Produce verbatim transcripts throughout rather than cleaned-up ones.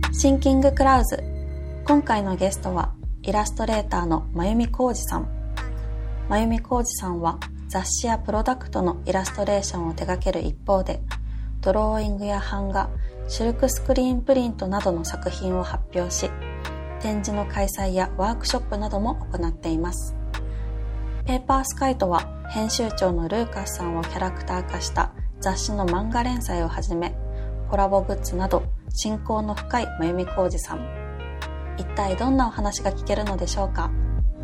シンキングクラウズ。今回のゲストはイラストレーターの真由美浩二さん。真由美浩二さんは雑誌やプロダクトのイラストレーションを手掛ける一方で、ドローイングや版画、シルクスクリーンプリントなどの作品を発表し、展示の開催やワークショップなども行っています。ペーパースカイとは編集長のルーカスさんをキャラクター化した雑誌の漫画連載をはじめ、コラボグッズなど親交の深い真由美浩二さん。一体どんなお話が聞けるのでしょうか。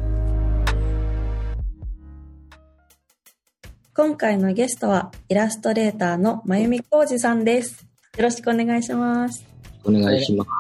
今回のゲストはイラストレーターの真由美浩二さんです。よろしくお願いします。 お願いします。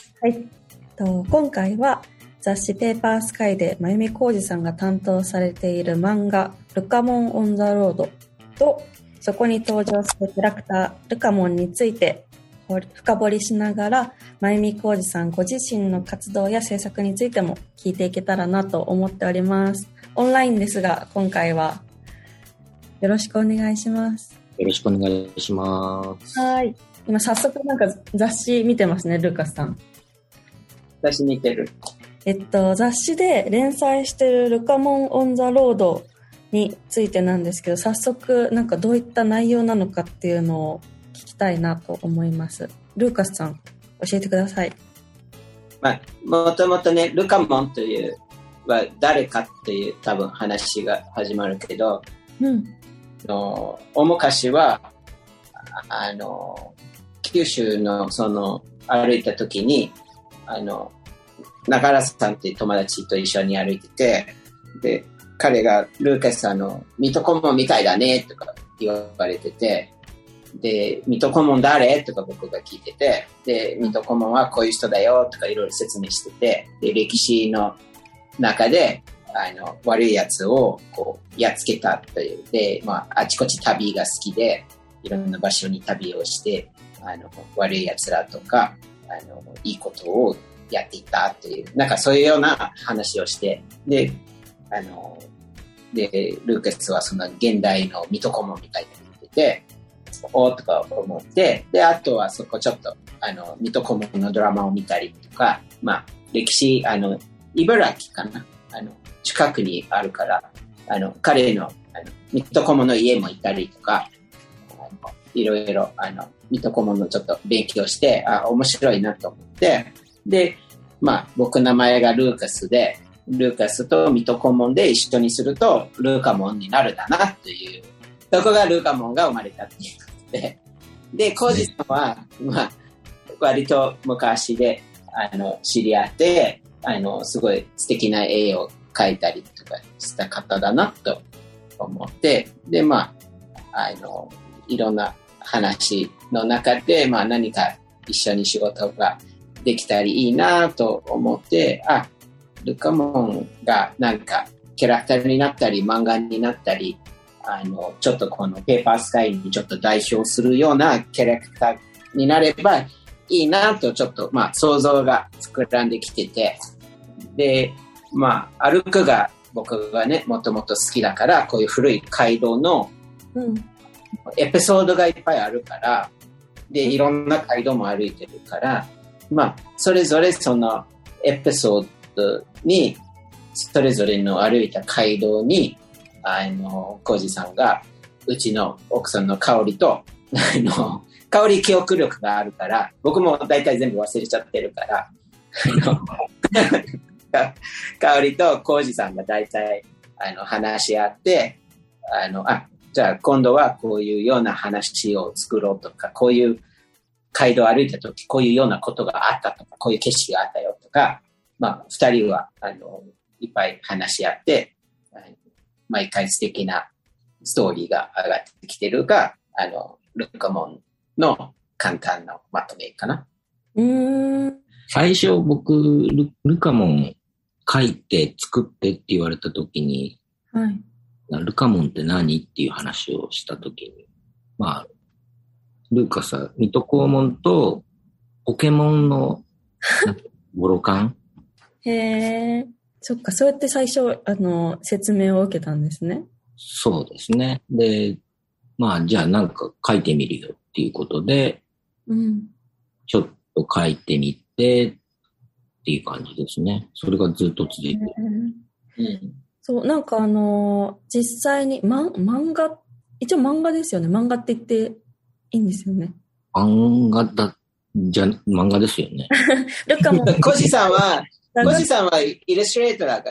はい。と今回は雑誌ペーパースカイで真由美浩二さんが担当されている漫画ルカモン・オン・ザ・ロードとそこに登場するキャラクタールカモンについて深掘りしながら、真由美浩二さんご自身の活動や制作についても聞いていけたらなと思っております。オンラインですが、今回はよろしくお願いします。 よろしくお願いします。 はい。今早速なんか雑誌見てますね、ルーカスさん。 雑誌見てる。 えっと、雑誌で連載してるルカモン・オン・ザ・ロードについてなんですけど、早速なんかどういった内容なのかっていうのを聞きたいなと思います。ルーカスさん、教えてください。 まあ、もともとね、ルカモンというは誰かっていう多分話が始まるけど、 うん、 の大昔はあの九州のその歩いた時にあの中原さんっていう友達と一緒に歩いてて、で彼がルーカスさんの水戸黄門みたいだねとか言われてて、で水戸黄門誰とか僕が聞いてて、で水戸黄門はこういう人だよとかいろいろ説明してて、で歴史の中であの悪いやつをこうやっつけたというで、まあ、あちこち旅が好きでいろんな場所に旅をしてあの悪いやつらとかあのいいことをやっていったというなんかそういうような話をして、であのでルーカスはその現代の水戸黄門みたいに言ってておーとか思って、であとはそこちょっとあの水戸黄門のドラマを見たりとか、まあ歴史あの茨城かなあの近くにあるからあの彼のあの水戸黄門の家もいたりとか、あのいろいろあの水戸黄門のちょっと勉強してあ面白いなと思って、でまあ僕名前がルーカスでルーカスと水戸黄門で一緒にするとルーカモンになるだなという、そこがルーカモンが生まれたっていうことで、で浩二さんは、まあ、割と昔であの知り合ってあのすごい素敵な絵を描いたりとかした方だなと思って、でまああのいろんな話の中で、まあ、何か一緒に仕事ができたらいいなと思って、あルカモンがなんかキャラクターになったり漫画になったりあのちょっとこのペーパースカイにちょっと代表するようなキャラクターになればいいなとちょっとまあ想像が膨らんできてて、でまあ歩くが僕がねもともと好きだからこういう古い街道のエピソードがいっぱいあるから、でいろんな街道も歩いてるから、まあそれぞれそのエピソードにそれぞれの歩いた街道にあの浩二さんがうちの奥さんの香りとあの香り記憶力があるから僕も大体全部忘れちゃってるから香りと浩二さんが大体あの話し合ってあのあじゃあ今度はこういうような話を作ろうとか、こういう街道を歩いた時こういうようなことがあったとか、こういう景色があったよとか、まあ二人はあのいっぱい話し合って毎回素敵なストーリーが上がってきてるがあのルカモンの簡単なまとめかな。 うーん最初僕 ル, ルカモン書いて作ってって言われた時に、 はい、 ルカモンって何っていう話をした時に、まあルーカスは水戸黄門とポケモンのボロカンへー、そっか、そうやって最初あの説明を受けたんですね。 そうですね。で、まあじゃあなんか書いてみるよっていうことで、 うん、 ちょっと書いてみてっていう感じですね。それがずっと続いてる。 うん、そう、なんかあのー、実際に、ま、漫画、一応漫画ですよね。漫画って言っていいんですよね。 漫画だ、じゃ、漫画ですよね。 ルカも。 コジさんは、コジさんはイラストレーターだから、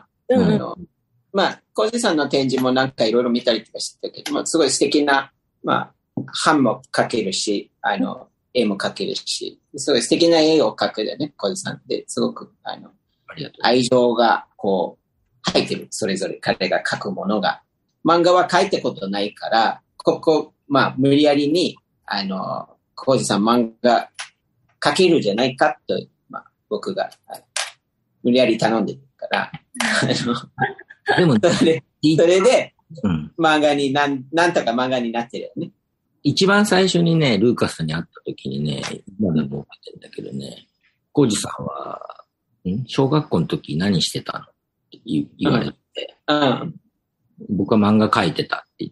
うん、あの、まあ、コジさんの展示もなんかいろいろ見たりとかしてたけども、すごい素敵な、まあ、版も描けるし、あの、うん、絵も描けるし、すごい素敵な絵を描くでね、コジさんって、すごく、あの、愛情がこう、入ってる。それぞれ彼が描くものが。漫画は描いたことないから、ここ、まあ、無理やりに、あの、コジさん漫画描けるじゃないかと、まあ、僕が、無理やり頼んでるから、あの、でも、それ、それで、うん、漫画になん、なんとか漫画になってるよね。 一番最初にね、ルーカスに会った時にね、今でも覚えてるんだけどね、コジさんは、ん小学校の時何してたのって言われて、 うんうん、 僕は漫画描いてたって言って、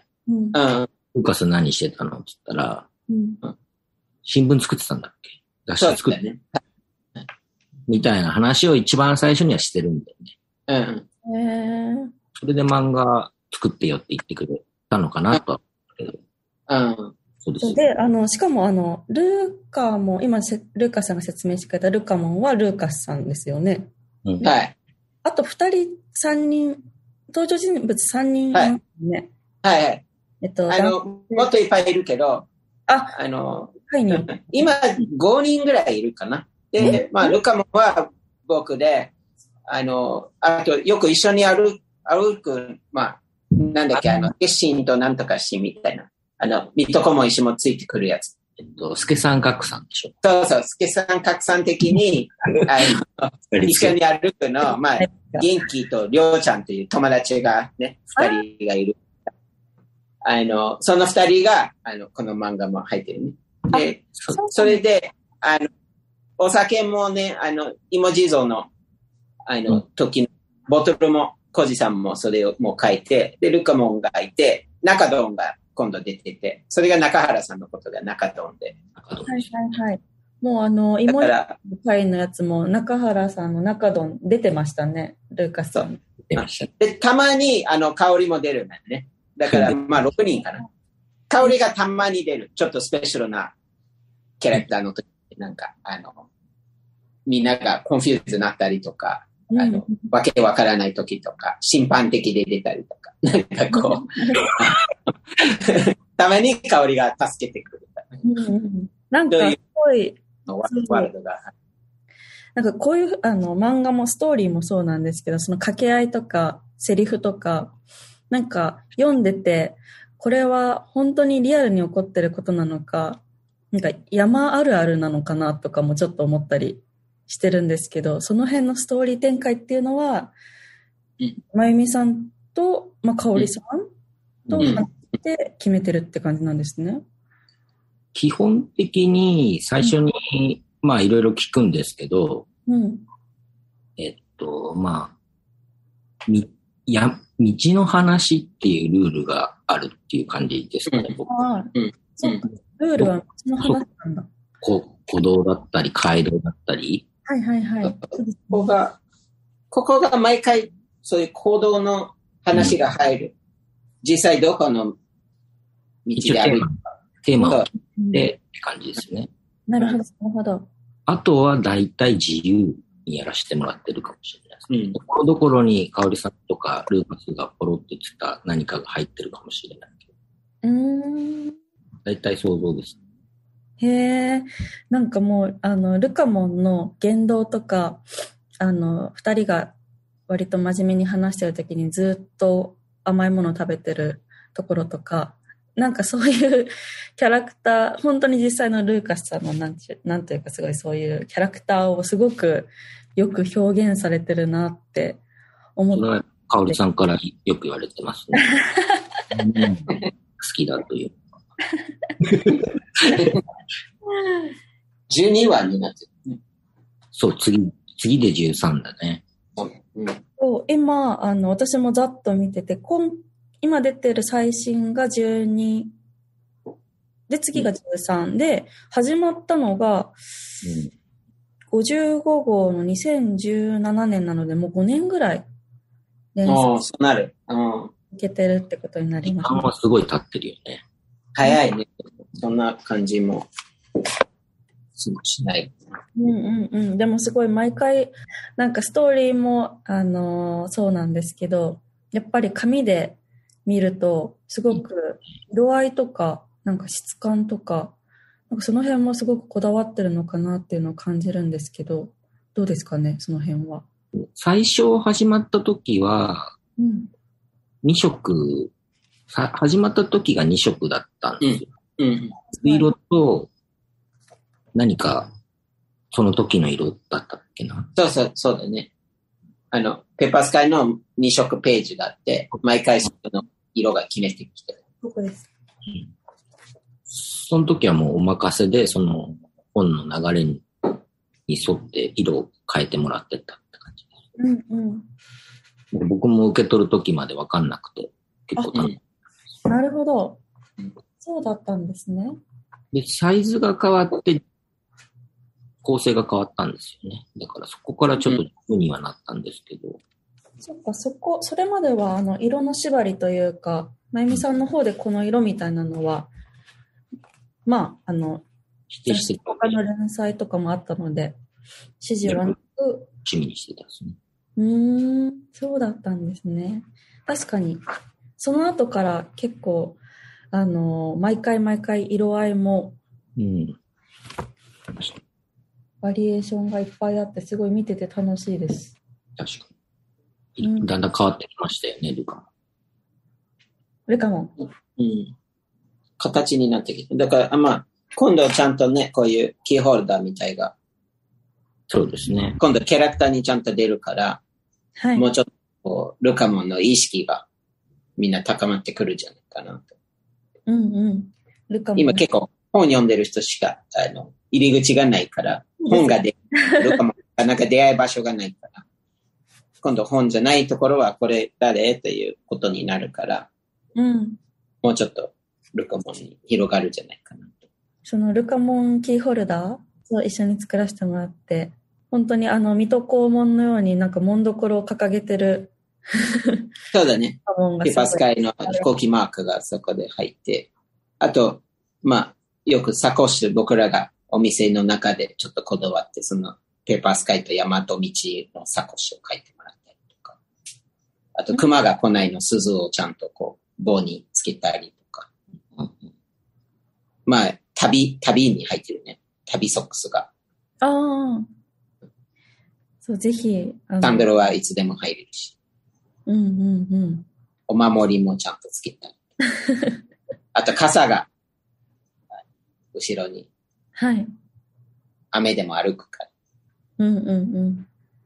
うん、 ルーカス何してたのって言ったら、うん、新聞作ってたんだっけ雑誌作ってたね。みたいな話を一番最初にはしてるんだよね。うん。へー。それで漫画作ってよって言ってくれたのかなとは思うけど。 うん。 そうです。で、あの、しかもあの、ルーカも、今、ルーカスさんが説明してくれたルカモンはルーカスさんですよね。 うん、はい。 あと二人、三人、登場人物三人いますね。 はい。はいはい。えっと、あの、もっといっぱいいるけど、 あ、 あの、 はい、 今、ごにんぐらいいるかな。で、まあ、ルカモンは僕で、あの、あと、よく一緒に歩、歩く、まあ、なんだっけ、あの、決心となんとかしみたいな。あの、水戸黄門石もついてくるやつ。 えっと、助三角さんでしょ。 そうそう、助三角さん的に、あの、一緒に歩くの、まあ、元気とりょうちゃんという友達がね、二人がいる。あの、その二人が、あの、この漫画も入ってるね。で、それで、あの、お酒もね、あの、芋地蔵の、あの、時の、ボトルも、コジさんもそれをもう書いて、で、ルカモンがいて、中ドンが今度出てて、それが中原さんのことが中ドンで。 はいはいはい。もうあの、芋地蔵の回のやつも、中原さんの中ドン出てましたね、ルーカスさん。 出ました。 で、たまに、あの、香りも出るんだよね。だから、まあ、ろくにんかな。香りがたまに出る。ちょっとスペシャルなキャラクターの時、なんか、あの、みんながコンフューズになったりとか、うん、あの、わけわからない時とか、審判的で出たりとか、なんかこう、たまに香りが助けてくる。 うんうん、なんか、すごい、ワールドが。なんかこういう、あの、漫画もストーリーもそうなんですけど、その掛け合いとか、セリフとか、なんか読んでて、これは本当にリアルに起こってることなのか、なんか山あるあるなのかなとかもちょっと思ったりしてるんですけど、その辺のストーリー展開っていうのは、うん、まゆみさんと、まあ、かおりさんと話して決めてるって感じなんですね。 基本的に最初に、うん、まあいろいろ聞くんですけど、うん、えっと、まあ、み、や、道の話っていうルールがあるっていう感じですかね、うん、僕は。うん。 そうか。ルールは道の話なんだ。 こ歩道だったり、街道だったり。 はいはいはい。 ここが、ここが毎回そういう行動の話が入る。うん、実際どこの道で歩いてテーマを決めてって感じですね。 なるほど、なるほど。 あとは大体自由にやらせてもらってるかもしれないですね。うん、ところどころに香織さんとかルーカスがポロってつった何かが入ってるかもしれないけど。うーん。大体想像です。 へえ、なんかもう、あの、ルカモンの言動とか、あの、二人が割と真面目に話してるときにずっと甘いものを食べてるところとか、なんかそういうキャラクター、本当に実際のルーカスさんのなんて、なんというかすごいそういうキャラクターをすごくよく表現されてるなって思って。それは香織さんからよく言われてますね。うん、好きだという。 じゅうにわになってる、ね。 そう、次、次でじゅうさんだね。 うん、そう今、あの、私もざっと見てて、今、今出てる最新がじゅうに、で、次がじゅうさんで、始まったのが、 ん、ごじゅうごごうのにせんじゅうななねんなので、もうごねんぐらい連載そうなる。 いけてるってことになります、 ね。時間はすごい経ってるよね。 早いね。そんな感じもすぐしない。 うんうんうん。でもすごい毎回、なんかストーリーも、あのー、そうなんですけど、やっぱり紙で見ると、すごく色合いとか、なんか質感とか、なんかその辺もすごくこだわってるのかなっていうのを感じるんですけど、どうですかね、その辺は。 最初始まった時は、 うん、 に色、始まった時がに色だったんですよ。うんうん、水色と何かその時の色だったっけな。 そうそう、そうだね。あの、ペーパースカイのに色ページがあって、毎回その色が決めてきてる。 ここです。 うんその時はもうお任せで、その本の流れに沿って色を変えてもらってたって感じです。 うんうん、僕も受け取る時まで分かんなくて、結構楽しい。なるほど。そうだったんですね。 で、サイズが変わって、構成が変わったんですよね。だからそこからちょっと楽にはなったんですけど。うん、 そっか、そこ、それまではあの色の縛りというか、まゆみさんの方でこの色みたいなのは、まあ、あの、 指定してた。 他の連載とかもあったので、指示はなく。 趣味にしてたんですね。 うーん、そうだったんですね。確かに、その後から結構、あの、毎回毎回色合いも、 うん、 バリエーションがいっぱいあって、すごい見てて楽しいです。 確かに。うん、だんだん変わってきましたよね、ルカモン。 ルカモン。 うん。形になってきて。だから、まあ、今度はちゃんとね、こういうキーホルダーみたいが。 そうですね。 今度キャラクターにちゃんと出るから、 はい、 もうちょっとこう、ルカモンの意識がみんな高まってくるんじゃないかなと。 うんうん。ルカモン。 今結構本読んでる人しか、あの、入り口がないから、本が出る。ルカモンがなんか出会い場所がないから。今度本じゃないところはこれ誰っていうことになるから、 うん。 もうちょっとルカモンに広がるんじゃないかなと。 そのルカモンキーホルダーを一緒に作らせてもらって、本当にあの水戸黄門のようになんか門所を掲げてる。 そうだね。ペーパースカイの飛行機マークがそこで入って、あと、まあ、よくサコッシュ僕らがお店の中でちょっとこだわって、そのペーパースカイと大和道のサコッシュを書いてもらったりとか、あと熊が来ないの鈴をちゃんとこう棒につけたりとか、うん、まあ旅旅に入ってるね、旅ソックスが。 ああ、そうぜひサンドルはいつでも入れるし、 うんうんうん、 お守りもちゃんとつけたり、あと傘が後ろに、 はい、 雨でも歩くから。 うんうんうん。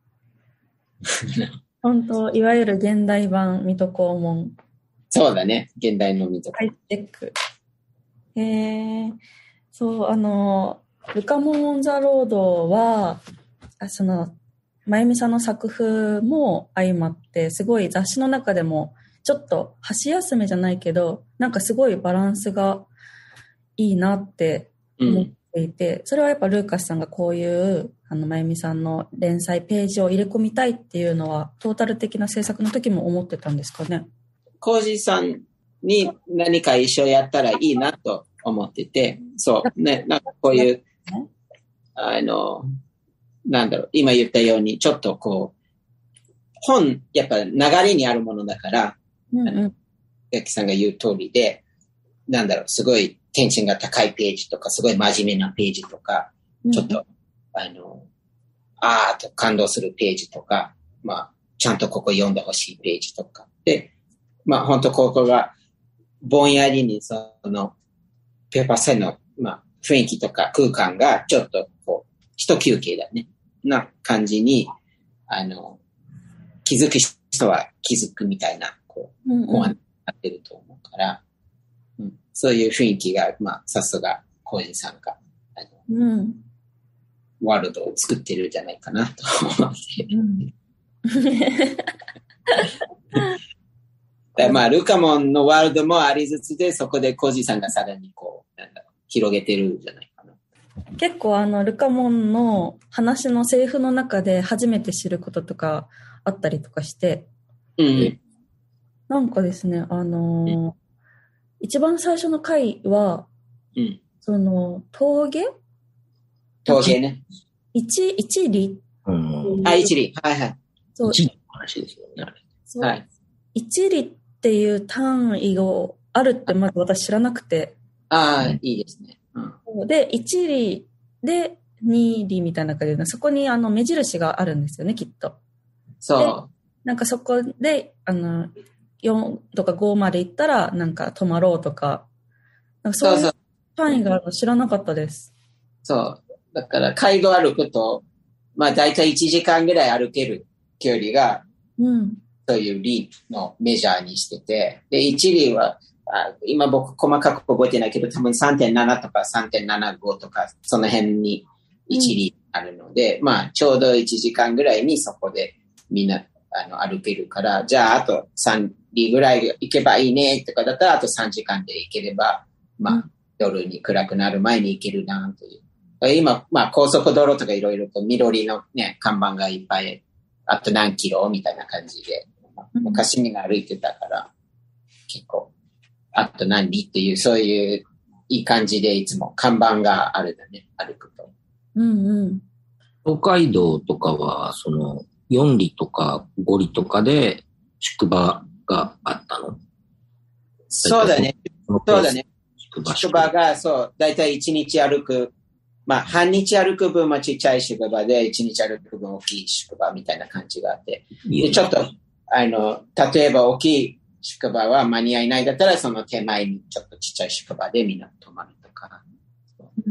本当いわゆる現代版水戸黄門。 そうだね、現代の水戸黄門。 ハイテク。へえ、そうあのルカモン・オン・ザ・ロードはあそのまゆみさんの作風も相まってすごい雑誌の中でもちょっと箸休めじゃないけどなんかすごいバランスがいいなって思っていて、うん、それはやっぱルーカスさんがこういうあのまゆみさんの連載ページを入れ込みたいっていうのはトータル的な制作の時も思ってたんですかね。 コージさんに何か一緒やったらいいなと思ってて、そうね、なんかこういうあのなんだろう今言ったようにちょっとこう本やっぱ流れにあるものだから、うんうん、ヤキさんが言う通りでなんだろうすごいテンションが高いページとか、すごい真面目なページとか、うん、ちょっと、あの、あーと感動するページとか、まあ、ちゃんとここ読んでほしいページとか。で、まあ、本当ここが、ぼんやりにその、ペーパースカイの、まあ、雰囲気とか空間が、ちょっと、こう、一休憩だね。な感じに、あの、気づく人は気づくみたいな、こう、うんうん、なってると思うから、そういう雰囲気が、まあ、さすが、コージさんが、あの、うん、ワールドを作ってるんじゃないかなと思って。うん、だまあ、ルカモンのワールドもありつつで、そこでコージさんがさらにこう、なんだろう、広げてるんじゃないかな。 結構あのルカモンの話のセリフの中で初めて知ることとかあったりとかして、 うん、 なんかですね、あのーうん、一番最初の回は、 うん、 その峠峠ね。 一一里、 うん、 あ、一里、はいはい。 そう一里の話ですよね。 そう、はい。一里っていう単位があるってまず私知らなくて。 ああ、いいですね。 うん、で、一里で二里みたいな感じで、そこにあの目印があるんですよね、きっと。 そう。 なんかそこで、あの、よんとかごまで行ったら、なんか泊まろうとか、なんかそういう単位があるの知らなかったです。 そう。だから、街道歩くと、まあ大体いちじかんぐらい歩ける距離が、 うん、 そういう里のメジャーにしてて、で、いち里は、あ今僕細かく覚えてないけど、多分 さんてんなな とか さんてんななご とか、その辺にいち里あるので、うん、まあちょうどいちじかんぐらいにそこでみんなあの歩けるから、じゃああとさん里ぐらい行けばいいねとかだったら、あとさんじかんで行ければ、まあ、うん、夜に暗くなる前に行けるなという。今、まあ高速道路とかいろいろと緑のね、看板がいっぱい、あと何キロみたいな感じで、昔みんな歩いてたから、結構、あと何里っていう、そういういい感じでいつも看板があるんだね、歩くと。 うんうん。 東海道とかは、その、よん里とかご里とかで宿場があったの？ そうだね。そうだね。宿場が、そう、だいたいいちにち歩く、まあ、半日歩く分はちっちゃい宿場で、いちにち歩く分大きい宿場みたいな感じがあって。で、ちょっと、あの、例えば大きい宿場は間に合いないだったら、その手前にちょっとちっちゃい宿場でみんな泊まるとか。 うん。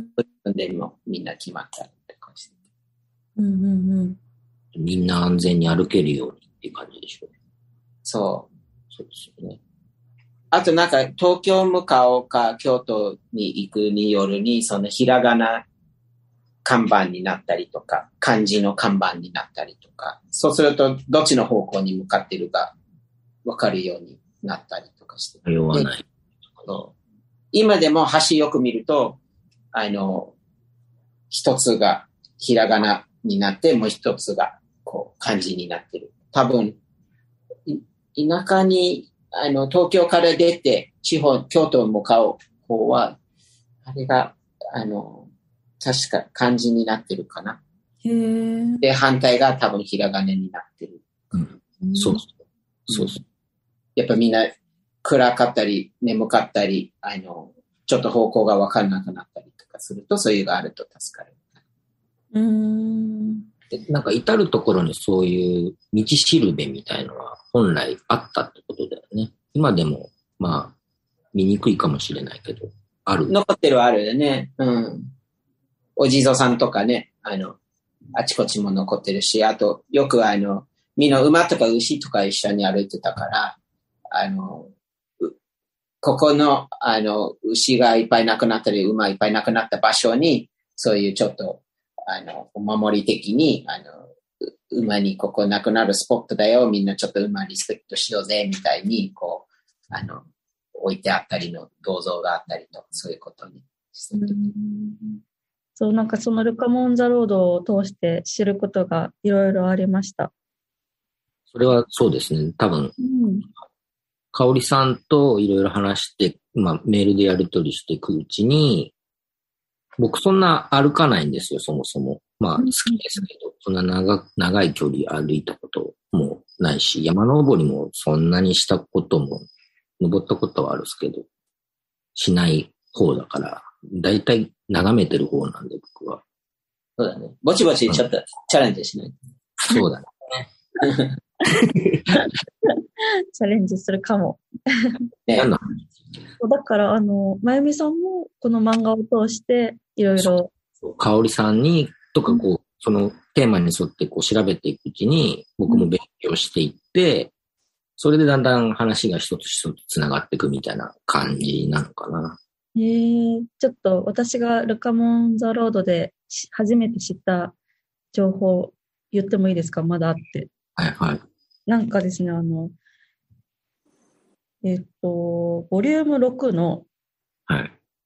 でもみんな決まったりとかして。 うんうんうん。 みんな安全に歩けるようにっていう感じでしょう。 そう。 そうですよね。 あとなんか東京向かおうか京都に行くによるに、そのひらがな看板になったりとか、漢字の看板になったりとか、そうするとどっちの方向に向かってるか分かるようになったりとかして。 迷わない。 今でも橋よく見ると、あの、一つがひらがなになって、もう一つがこう漢字になってる。多分、田舎に、あの、東京から出て、地方、京都に向かう方は、あれが、あの、確か漢字になってるかな。 へー。 で、反対が多分ひらがなになってる。 うん。そうそう。そう。 やっぱみんな暗かったり、眠かったり、あの、ちょっと方向がわかんなくなったりとかすると、そういうのがあると助かる。 うーん。 なんか至るところにそういう道しるべみたいのは本来あったってことだよね。今でもまあ見にくいかもしれないけど、ある。 残ってるはあるよね。うん。お地蔵さんとかね、あの、あちこちも残ってるし、あと、よくあの、みんな馬とか牛とか一緒に歩いてたから、あの、ここの、あの、牛がいっぱい亡くなったり、馬いっぱい亡くなった場所に、そういうちょっと、あの、お守り的に、あの、馬にここ亡くなるスポットだよ、みんなちょっと馬リスペクトしようぜ、みたいに、こう、あの、置いてあったりの銅像があったりと、そういうことにしてる。 そう、なんかそのルカモンザロードを通して知ることがいろいろありました。 それはそうですね、多分、うん、かおりさんといろいろ話して、まあメールでやり取りしていくうちに、僕そんな歩かないんですよ、そもそも。まあ好きですけど、そんな 長, 長い距離歩いたこともないし、山登りもそんなにしたことも、登ったことはあるんですけど、しない方だから、だいたい眺めてる方なんで、僕は。 そうだね。ぼちぼちちょっとチャレンジしない。 そうだね。 チャレンジするかも。 ね、 だから、あの、まゆみさんもこの漫画を通して、いろいろ。 かおりさんに、とかこう、うん、そのテーマに沿ってこう調べていくうちに、僕も勉強していって、うん、それでだんだん話が一つ一つ繋がっていくみたいな感じなのかな。 へえ、ちょっと私がルカモンザロードで初めて知った情報言ってもいいですか？まだあって。 はいはい。 なんかですね、あの、えっと、ボリュームろくの、 はい。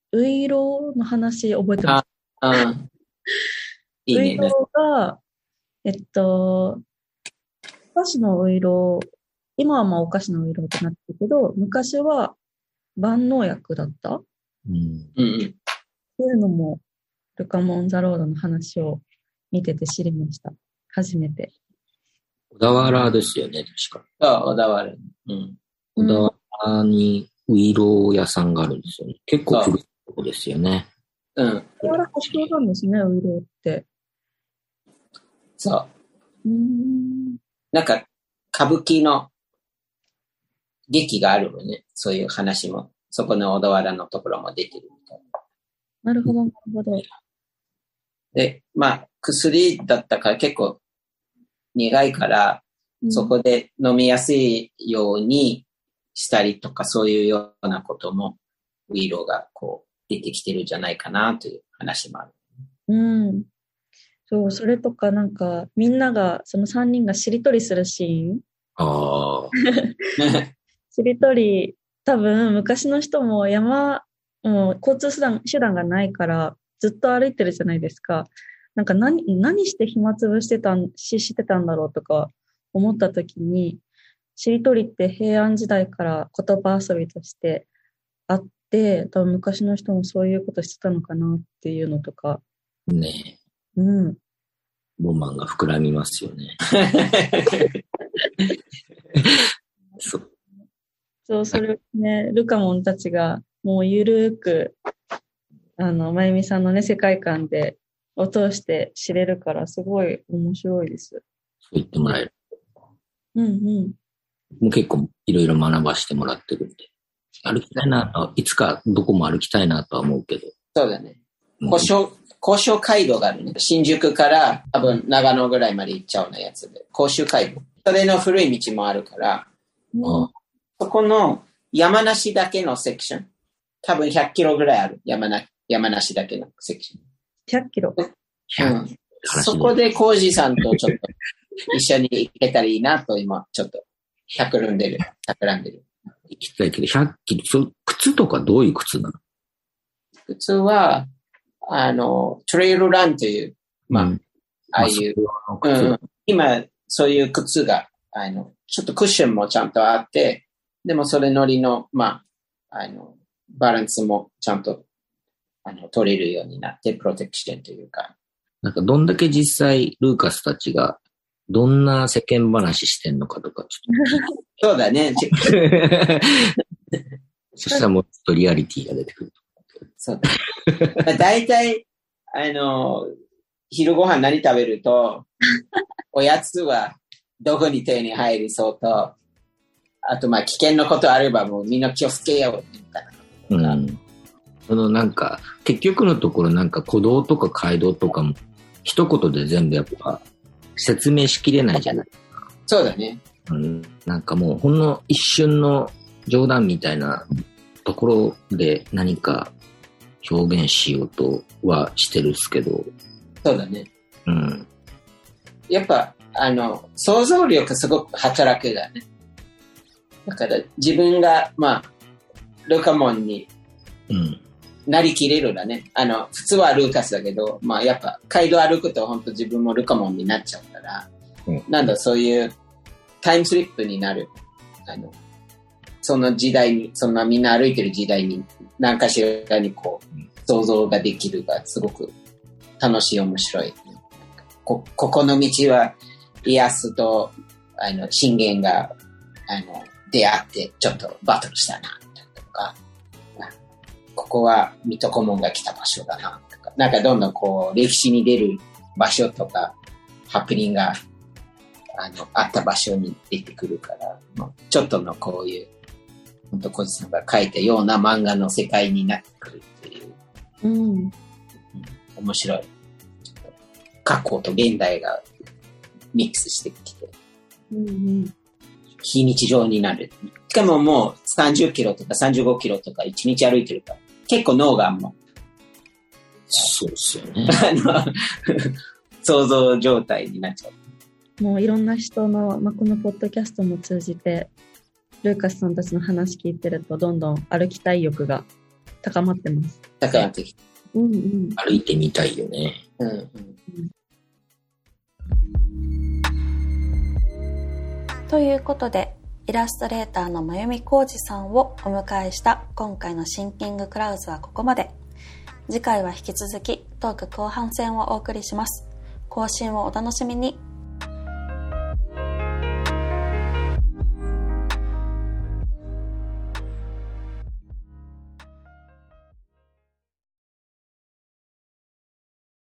ウイローの話覚えてます？ あ、うん。いいね。 ウイローが、えっと、お菓子のウイロー、今はまあお菓子のウイローってなってるけど、昔は万能薬だった、 うん、 うん。 そういうのも、ルカモン・ザ・ロードの話を見てて知りました。初めて。 小田原ですよね、確か。 そう、小田原。うん。 小田原にウイロー屋さんがあるんですよね。結構古いとこですよね。 うん。 小田原発祥なんですね、ウイローって。 そう。 うーん。 なんか、歌舞伎の劇があるよね。そういう話も。そこの小田原のところも出てるみたいな。 なるほど、なるほど。 で、まあ、薬だったから結構苦いから、うん、そこで飲みやすいようにしたりとか、そういうようなことも、ウイローがこう出てきてるんじゃないかなという話もある。 うん。そう、それとかなんか、みんなが、そのさんにんがしりとりするシーン。 ああ。 しりとり、多分昔の人も山、もう交通手段、手段がないから、ずっと歩いてるじゃないですか。なんか何、何して暇つぶしてたん、し、してたんだろうとか思った時に、しりとりって平安時代から言葉遊びとしてあって、多分昔の人もそういうことしてたのかなっていうのとか。 ねえ。うん。 ロマンが膨らみますよね。そう。 そう、それね、ルカモンたちがもうゆるーく、あの、まゆみさんのね、世界観で、を通して知れるから、すごい面白いです。 そう言ってもらえる。 うんうん。 もう結構いろいろ学ばしてもらってるんで。歩きたいなと、いつかどこも歩きたいなとは思うけど。 そうだね。交渉、交渉街道があるね。新宿から多分長野ぐらいまで行っちゃうようなやつで。甲州街道。それの古い道もあるから、うん、そこの山梨だけのセクション。多分ひゃっキロぐらいある。山梨、山梨だけのセクション。 ひゃっキロ、 うん、そこでコージさんとちょっと一緒に行けたらいいなと今ちょっと企んでる。企んでる。 行きたいけど、ひゃっキロ、そ靴とかどういう靴なの？ 靴は、あの、トレイルランという、まあ、うん、ああいう、うん、今、そういう靴が、あの、ちょっとクッションもちゃんとあって、でもそれ乗りの、まあ、あの、バランスもちゃんと、あの、取れるようになって、プロテクションというか。 なんか、どんだけ実際、ルーカスたちが、どんな世間話してんのかとか、ちょっと。そうだね。 そしたらもうちょっとリアリティが出てくる。 そうだ。だいたい、あの、昼ご飯何食べると、おやつはどこに手に入りそうと、あとまあ危険なことあればもうみんな気をつけようみたいな。うん。 そのなんか、結局のところなんか古道とか街道とかも、一言で全部やっぱ説明しきれないじゃないですか。 そうだね。 うん。なんかもうほんの一瞬の冗談みたいなところで何か表現しようとはしてるっすけど。 そうだね。 うん。 やっぱ、あの、想像力すごく働くだね。だから自分が、まあ、ルカモンになりきれるだね。あの、普通はルーカスだけど、まあやっぱ街道歩くと本当自分もルカモンになっちゃうから、うん、なんだそういうタイムスリップになる。あの、その時代に、そんなみんな歩いてる時代に何かしらにこう、想像ができるがすごく楽しい面白い。こ、ここの道はイエスと、あの、信玄が、あの、出会ってちょっとバトルしたな、とか、ここは水戸黄門が来た場所だな、とか、なんかどんどんこう、歴史に出る場所とか、ハプニングが、あの、あった場所に出てくるから、ちょっとのこういう、本当小路さんが書いたような漫画の世界になってくるっていう。 うん。うん、 面白い。過去と現代がミックスしてきて。 うんうん。 非日常になる。しかももうさんじゅっキロとかさんじゅうごキロとかいちにち歩いてるから、結構脳がもう。 そうですよね。 あの、想像状態になっちゃう。もういろんな人の、まあ、このポッドキャストも通じて、ルーカスさんたちの話聞いてるとどんどん歩きたい欲が高まってます。 高まってきて、 うんうん、歩いてみたいよね。うんうん、 ということで、イラストレーターの真弓浩二さんをお迎えした今回のシンキングクラウズはここまで。次回は引き続きトーク後半戦をお送りします。更新をお楽しみに。